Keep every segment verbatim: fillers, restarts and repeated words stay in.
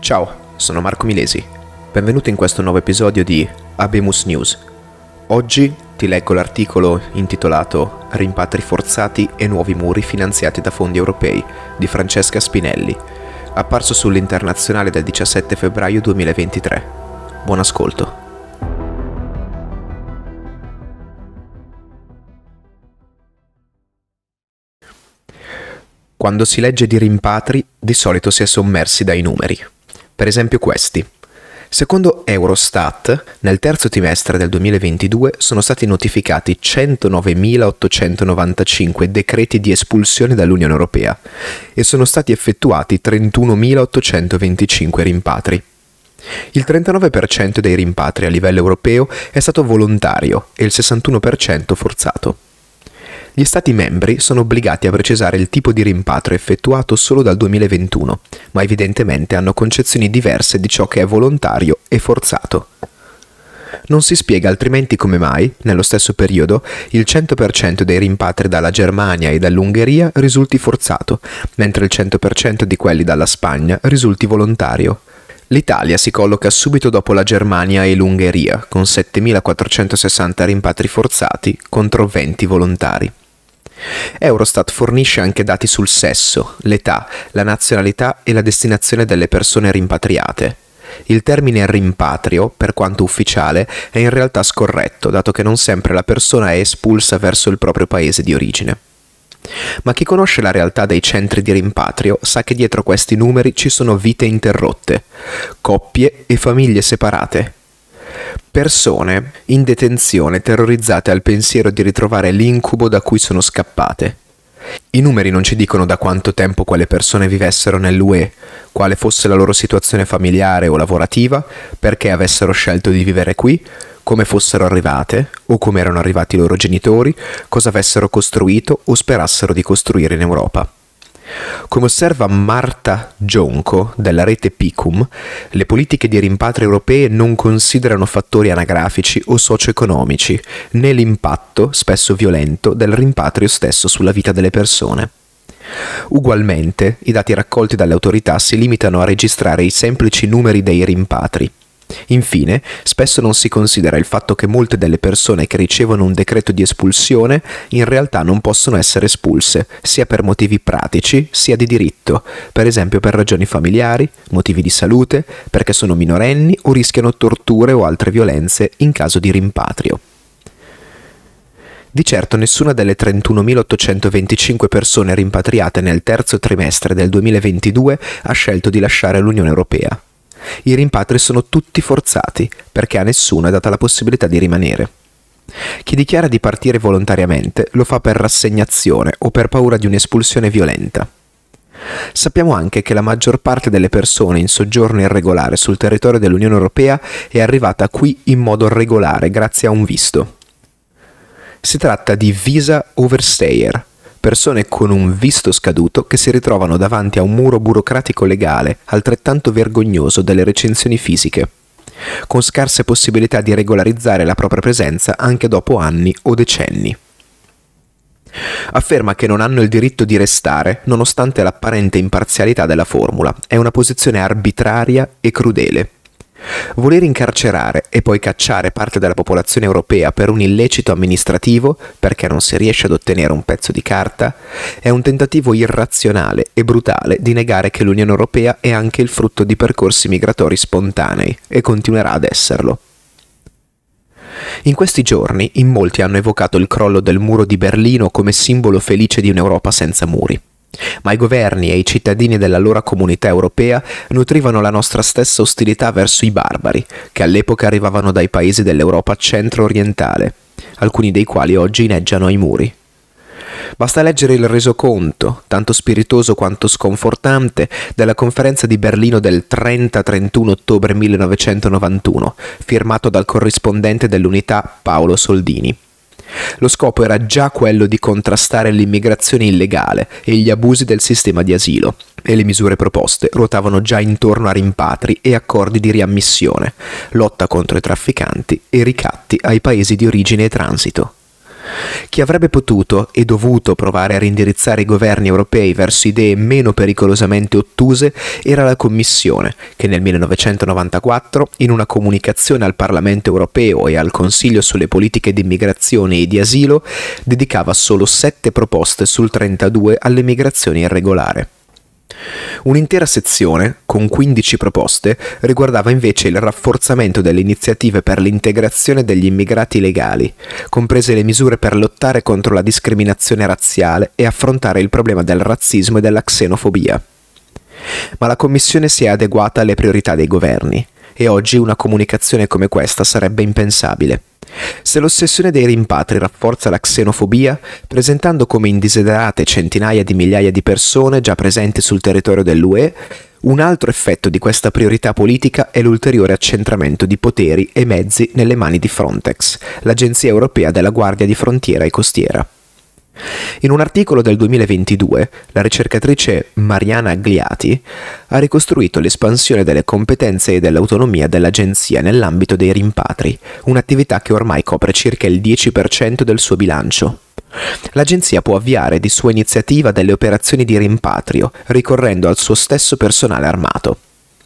Ciao, sono Marco Milesi. Benvenuto in questo nuovo episodio di Habemus News. Oggi ti leggo l'articolo intitolato Rimpatri forzati e nuovi muri finanziati da fondi europei di Francesca Spinelli, apparso sull'Internazionale del diciassette febbraio duemilaventitré. Buon ascolto. Quando si legge di rimpatri, di solito si è sommersi dai numeri. Per esempio questi. Secondo Eurostat, nel terzo trimestre del duemilaventidue sono stati notificati centonovemilaottocentonovantacinque decreti di espulsione dall'Unione Europea e sono stati effettuati trentunomilaottocentoventicinque rimpatri. Il trentanove per cento dei rimpatri a livello europeo è stato volontario e il sessantuno per cento forzato. Gli Stati membri sono obbligati a precisare il tipo di rimpatrio effettuato solo dal duemilaventuno, ma evidentemente hanno concezioni diverse di ciò che è volontario e forzato. Non si spiega altrimenti come mai, nello stesso periodo, il cento per cento dei rimpatri dalla Germania e dall'Ungheria risulti forzato, mentre il cento per cento di quelli dalla Spagna risulti volontario. L'Italia si colloca subito dopo la Germania e l'Ungheria, con settemilaquattrocentosessanta rimpatri forzati contro venti volontari. Eurostat fornisce anche dati sul sesso, l'età, la nazionalità e la destinazione delle persone rimpatriate. Il termine rimpatrio, per quanto ufficiale, è in realtà scorretto, dato che non sempre la persona è espulsa verso il proprio paese di origine. Ma chi conosce la realtà dei centri di rimpatrio sa che dietro questi numeri ci sono vite interrotte, coppie e famiglie separate. Persone in detenzione terrorizzate al pensiero di ritrovare l'incubo da cui sono scappate. I numeri non ci dicono da quanto tempo quelle persone vivessero nell'U E, quale fosse la loro situazione familiare o lavorativa, perché avessero scelto di vivere qui, come fossero arrivate o come erano arrivati i loro genitori, cosa avessero costruito o sperassero di costruire in Europa. Come osserva Marta Gionco della rete Picum, le politiche di rimpatrio europee non considerano fattori anagrafici o socio-economici, né l'impatto, spesso violento, del rimpatrio stesso sulla vita delle persone. Ugualmente, i dati raccolti dalle autorità si limitano a registrare i semplici numeri dei rimpatri. Infine, spesso non si considera il fatto che molte delle persone che ricevono un decreto di espulsione in realtà non possono essere espulse, sia per motivi pratici sia di diritto, per esempio per ragioni familiari, motivi di salute, perché sono minorenni o rischiano torture o altre violenze in caso di rimpatrio. Di certo nessuna delle trentunomilaottocentoventicinque persone rimpatriate nel terzo trimestre del duemilaventidue ha scelto di lasciare l'Unione Europea. I rimpatri sono tutti forzati, perché a nessuno è data la possibilità di rimanere. Chi dichiara di partire volontariamente lo fa per rassegnazione o per paura di un'espulsione violenta. Sappiamo anche che la maggior parte delle persone in soggiorno irregolare sul territorio dell'Unione Europea è arrivata qui in modo regolare grazie a un visto. Si tratta di visa overstayer, persone con un visto scaduto che si ritrovano davanti a un muro burocratico legale altrettanto vergognoso delle recensioni fisiche, con scarse possibilità di regolarizzare la propria presenza anche dopo anni o decenni. Afferma che non hanno il diritto di restare nonostante l'apparente imparzialità della formula. È una posizione arbitraria e crudele. Voler incarcerare e poi cacciare parte della popolazione europea per un illecito amministrativo, perché non si riesce ad ottenere un pezzo di carta, è un tentativo irrazionale e brutale di negare che l'Unione Europea è anche il frutto di percorsi migratori spontanei e continuerà ad esserlo. In questi giorni in molti hanno evocato il crollo del muro di Berlino come simbolo felice di un'Europa senza muri. Ma i governi e i cittadini dell'allora comunità europea nutrivano la nostra stessa ostilità verso i barbari, che all'epoca arrivavano dai paesi dell'Europa centro-orientale, alcuni dei quali oggi inneggiano ai muri. Basta leggere il resoconto, tanto spiritoso quanto sconfortante, della conferenza di Berlino del trenta trentuno ottobre millenovecentonovantuno, firmato dal corrispondente dell'Unità Paolo Soldini. Lo scopo era già quello di contrastare l'immigrazione illegale e gli abusi del sistema di asilo, e le misure proposte ruotavano già intorno a rimpatri e accordi di riammissione, lotta contro i trafficanti e ricatti ai paesi di origine e transito. Chi avrebbe potuto e dovuto provare a reindirizzare i governi europei verso idee meno pericolosamente ottuse era la Commissione, che nel millenovecentonovantaquattro, in una comunicazione al Parlamento europeo e al Consiglio sulle politiche di immigrazione e di asilo, dedicava solo sette proposte sul trentadue all'immigrazione irregolare. Un'intera sezione, con quindici proposte, riguardava invece il rafforzamento delle iniziative per l'integrazione degli immigrati legali, comprese le misure per lottare contro la discriminazione razziale e affrontare il problema del razzismo e della xenofobia. Ma la Commissione si è adeguata alle priorità dei governi, e oggi una comunicazione come questa sarebbe impensabile. Se l'ossessione dei rimpatri rafforza la xenofobia, presentando come indesiderate centinaia di migliaia di persone già presenti sul territorio dell'U E, un altro effetto di questa priorità politica è l'ulteriore accentramento di poteri e mezzi nelle mani di Frontex, l'Agenzia Europea della Guardia di Frontiera e Costiera. In un articolo del duemilaventidue, la ricercatrice Mariana Gliati ha ricostruito l'espansione delle competenze e dell'autonomia dell'agenzia nell'ambito dei rimpatri, un'attività che ormai copre circa il dieci per cento del suo bilancio. L'agenzia può avviare di sua iniziativa delle operazioni di rimpatrio, ricorrendo al suo stesso personale armato.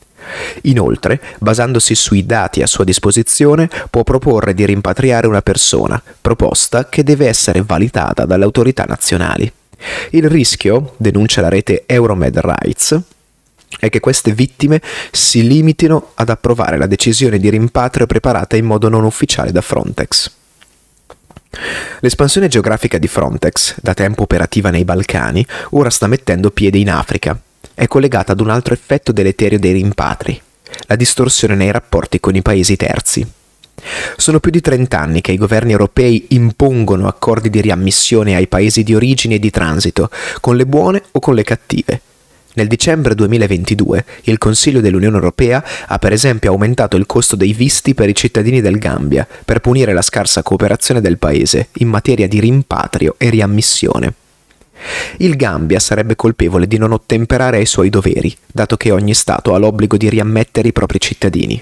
Inoltre, basandosi sui dati a sua disposizione, può proporre di rimpatriare una persona, proposta che deve essere validata dalle autorità nazionali. Il rischio, denuncia la rete Euromed Rights, è che queste vittime si limitino ad approvare la decisione di rimpatrio preparata in modo non ufficiale da Frontex. L'espansione geografica di Frontex, da tempo operativa nei Balcani, ora sta mettendo piede in Africa. È collegata ad un altro effetto deleterio dei rimpatri, la distorsione nei rapporti con i paesi terzi. Sono più di trent'anni che i governi europei impongono accordi di riammissione ai paesi di origine e di transito, con le buone o con le cattive. Nel dicembre duemilaventidue il Consiglio dell'Unione Europea ha per esempio aumentato il costo dei visti per i cittadini del Gambia, per punire la scarsa cooperazione del paese in materia di rimpatrio e riammissione. Il Gambia sarebbe colpevole di non ottemperare ai suoi doveri, dato che ogni Stato ha l'obbligo di riammettere i propri cittadini.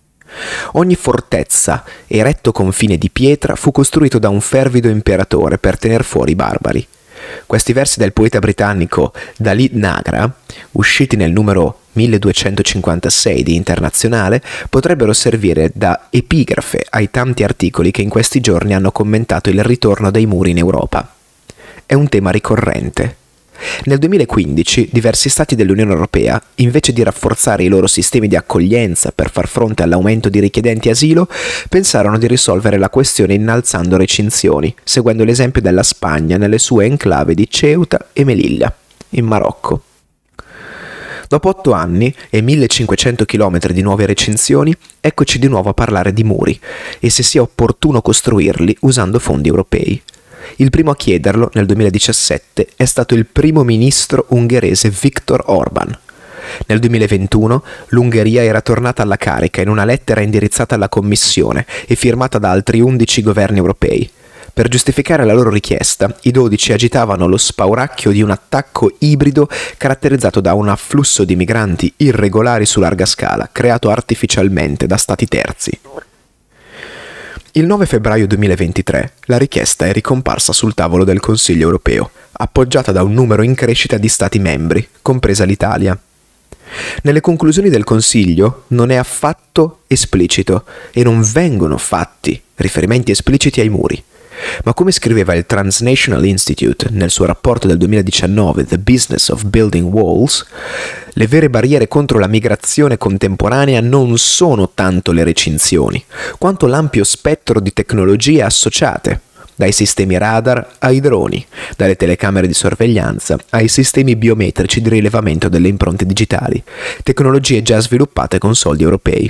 Ogni fortezza e retto confine di pietra fu costruito da un fervido imperatore per tener fuori i barbari. Questi versi del poeta britannico Dalit Nagra, usciti nel numero milleduecentocinquantasei di Internazionale, potrebbero servire da epigrafe ai tanti articoli che in questi giorni hanno commentato il ritorno dei muri in Europa. È un tema ricorrente. Nel duemilaquindici diversi stati dell'Unione Europea, invece di rafforzare i loro sistemi di accoglienza per far fronte all'aumento di richiedenti asilo, pensarono di risolvere la questione innalzando recinzioni, seguendo l'esempio della Spagna nelle sue enclave di Ceuta e Melilla, in Marocco. Dopo otto anni e millecinquecento chilometri di nuove recinzioni, eccoci di nuovo a parlare di muri e se sia opportuno costruirli usando fondi europei. Il primo a chiederlo, nel duemiladiciassette, è stato il primo ministro ungherese Viktor Orban. Nel duemilaventuno l'Ungheria era tornata alla carica in una lettera indirizzata alla Commissione e firmata da altri undici governi europei. Per giustificare la loro richiesta, i dodici agitavano lo spauracchio di un attacco ibrido caratterizzato da un afflusso di migranti irregolari su larga scala, creato artificialmente da stati terzi. Il nove febbraio duemilaventitré la richiesta è ricomparsa sul tavolo del Consiglio europeo, appoggiata da un numero in crescita di Stati membri, compresa l'Italia. Nelle conclusioni del Consiglio non è affatto esplicito e non vengono fatti riferimenti espliciti ai muri. Ma come scriveva il Transnational Institute nel suo rapporto del duemiladiciannove The Business of Building Walls, le vere barriere contro la migrazione contemporanea non sono tanto le recinzioni, quanto l'ampio spettro di tecnologie associate, dai sistemi radar ai droni, dalle telecamere di sorveglianza ai sistemi biometrici di rilevamento delle impronte digitali, tecnologie già sviluppate con soldi europei.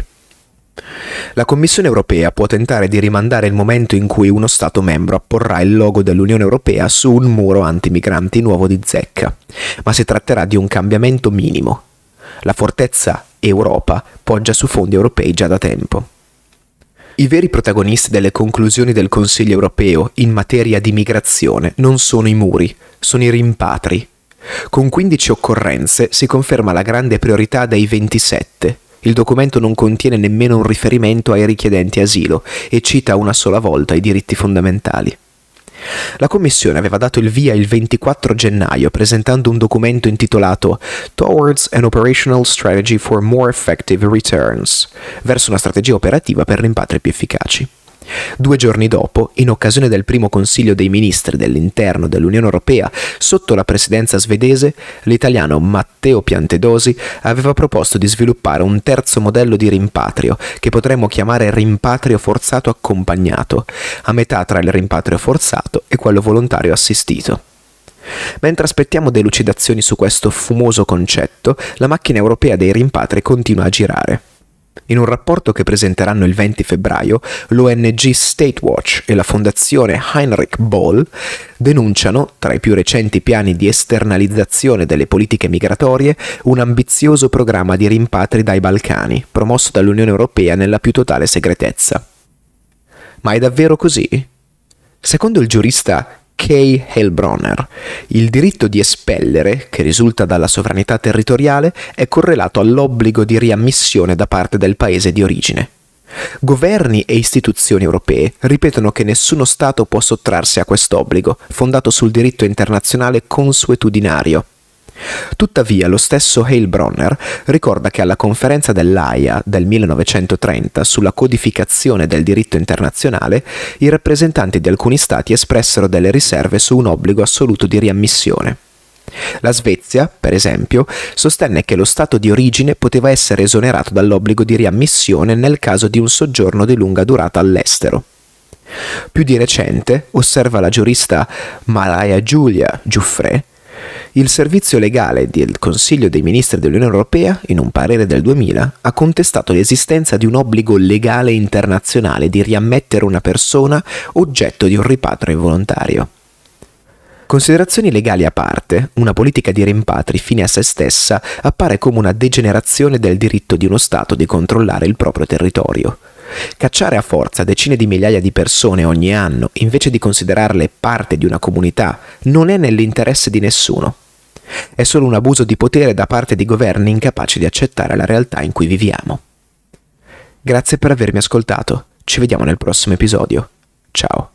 La Commissione europea può tentare di rimandare il momento in cui uno Stato membro apporrà il logo dell'Unione Europea su un muro antimigranti nuovo di zecca, ma si tratterà di un cambiamento minimo. La fortezza Europa poggia su fondi europei già da tempo. I veri protagonisti delle conclusioni del Consiglio europeo in materia di migrazione non sono i muri, sono i rimpatri. Con quindici occorrenze si conferma la grande priorità dei ventisette. Il documento non contiene nemmeno un riferimento ai richiedenti asilo e cita una sola volta i diritti fondamentali. La Commissione aveva dato il via il ventiquattro gennaio presentando un documento intitolato Towards an Operational Strategy for More Effective Returns, verso una strategia operativa per rimpatri più efficaci. Due giorni dopo, in occasione del primo Consiglio dei Ministri dell'Interno dell'Unione Europea sotto la presidenza svedese, l'italiano Matteo Piantedosi aveva proposto di sviluppare un terzo modello di rimpatrio che potremmo chiamare rimpatrio forzato accompagnato, a metà tra il rimpatrio forzato e quello volontario assistito. Mentre aspettiamo delucidazioni su questo fumoso concetto, la macchina europea dei rimpatri continua a girare. In un rapporto che presenteranno il venti febbraio, l'O N G State Watch e la fondazione Heinrich Böll denunciano, tra i più recenti piani di esternalizzazione delle politiche migratorie, un ambizioso programma di rimpatri dai Balcani, promosso dall'Unione Europea nella più totale segretezza. Ma è davvero così? Secondo il giurista Kay Heilbronner, il diritto di espellere, che risulta dalla sovranità territoriale, è correlato all'obbligo di riammissione da parte del paese di origine. Governi e istituzioni europee ripetono che nessuno Stato può sottrarsi a quest'obbligo, fondato sul diritto internazionale consuetudinario. Tuttavia, lo stesso Heilbronner ricorda che alla conferenza dell'Aia del millenovecentotrenta sulla codificazione del diritto internazionale, i rappresentanti di alcuni Stati espressero delle riserve su un obbligo assoluto di riammissione. La Svezia, per esempio, sostenne che lo Stato di origine poteva essere esonerato dall'obbligo di riammissione nel caso di un soggiorno di lunga durata all'estero. Più di recente, osserva la giurista Maria Giulia Giuffre, il servizio legale del Consiglio dei Ministri dell'Unione Europea, in un parere del duemila, ha contestato l'esistenza di un obbligo legale internazionale di riammettere una persona oggetto di un ripatrio involontario. Considerazioni legali a parte, una politica di rimpatri fine a se stessa appare come una degenerazione del diritto di uno Stato di controllare il proprio territorio. Cacciare a forza decine di migliaia di persone ogni anno, invece di considerarle parte di una comunità, non è nell'interesse di nessuno. È solo un abuso di potere da parte di governi incapaci di accettare la realtà in cui viviamo. Grazie per avermi ascoltato. Ci vediamo nel prossimo episodio. Ciao.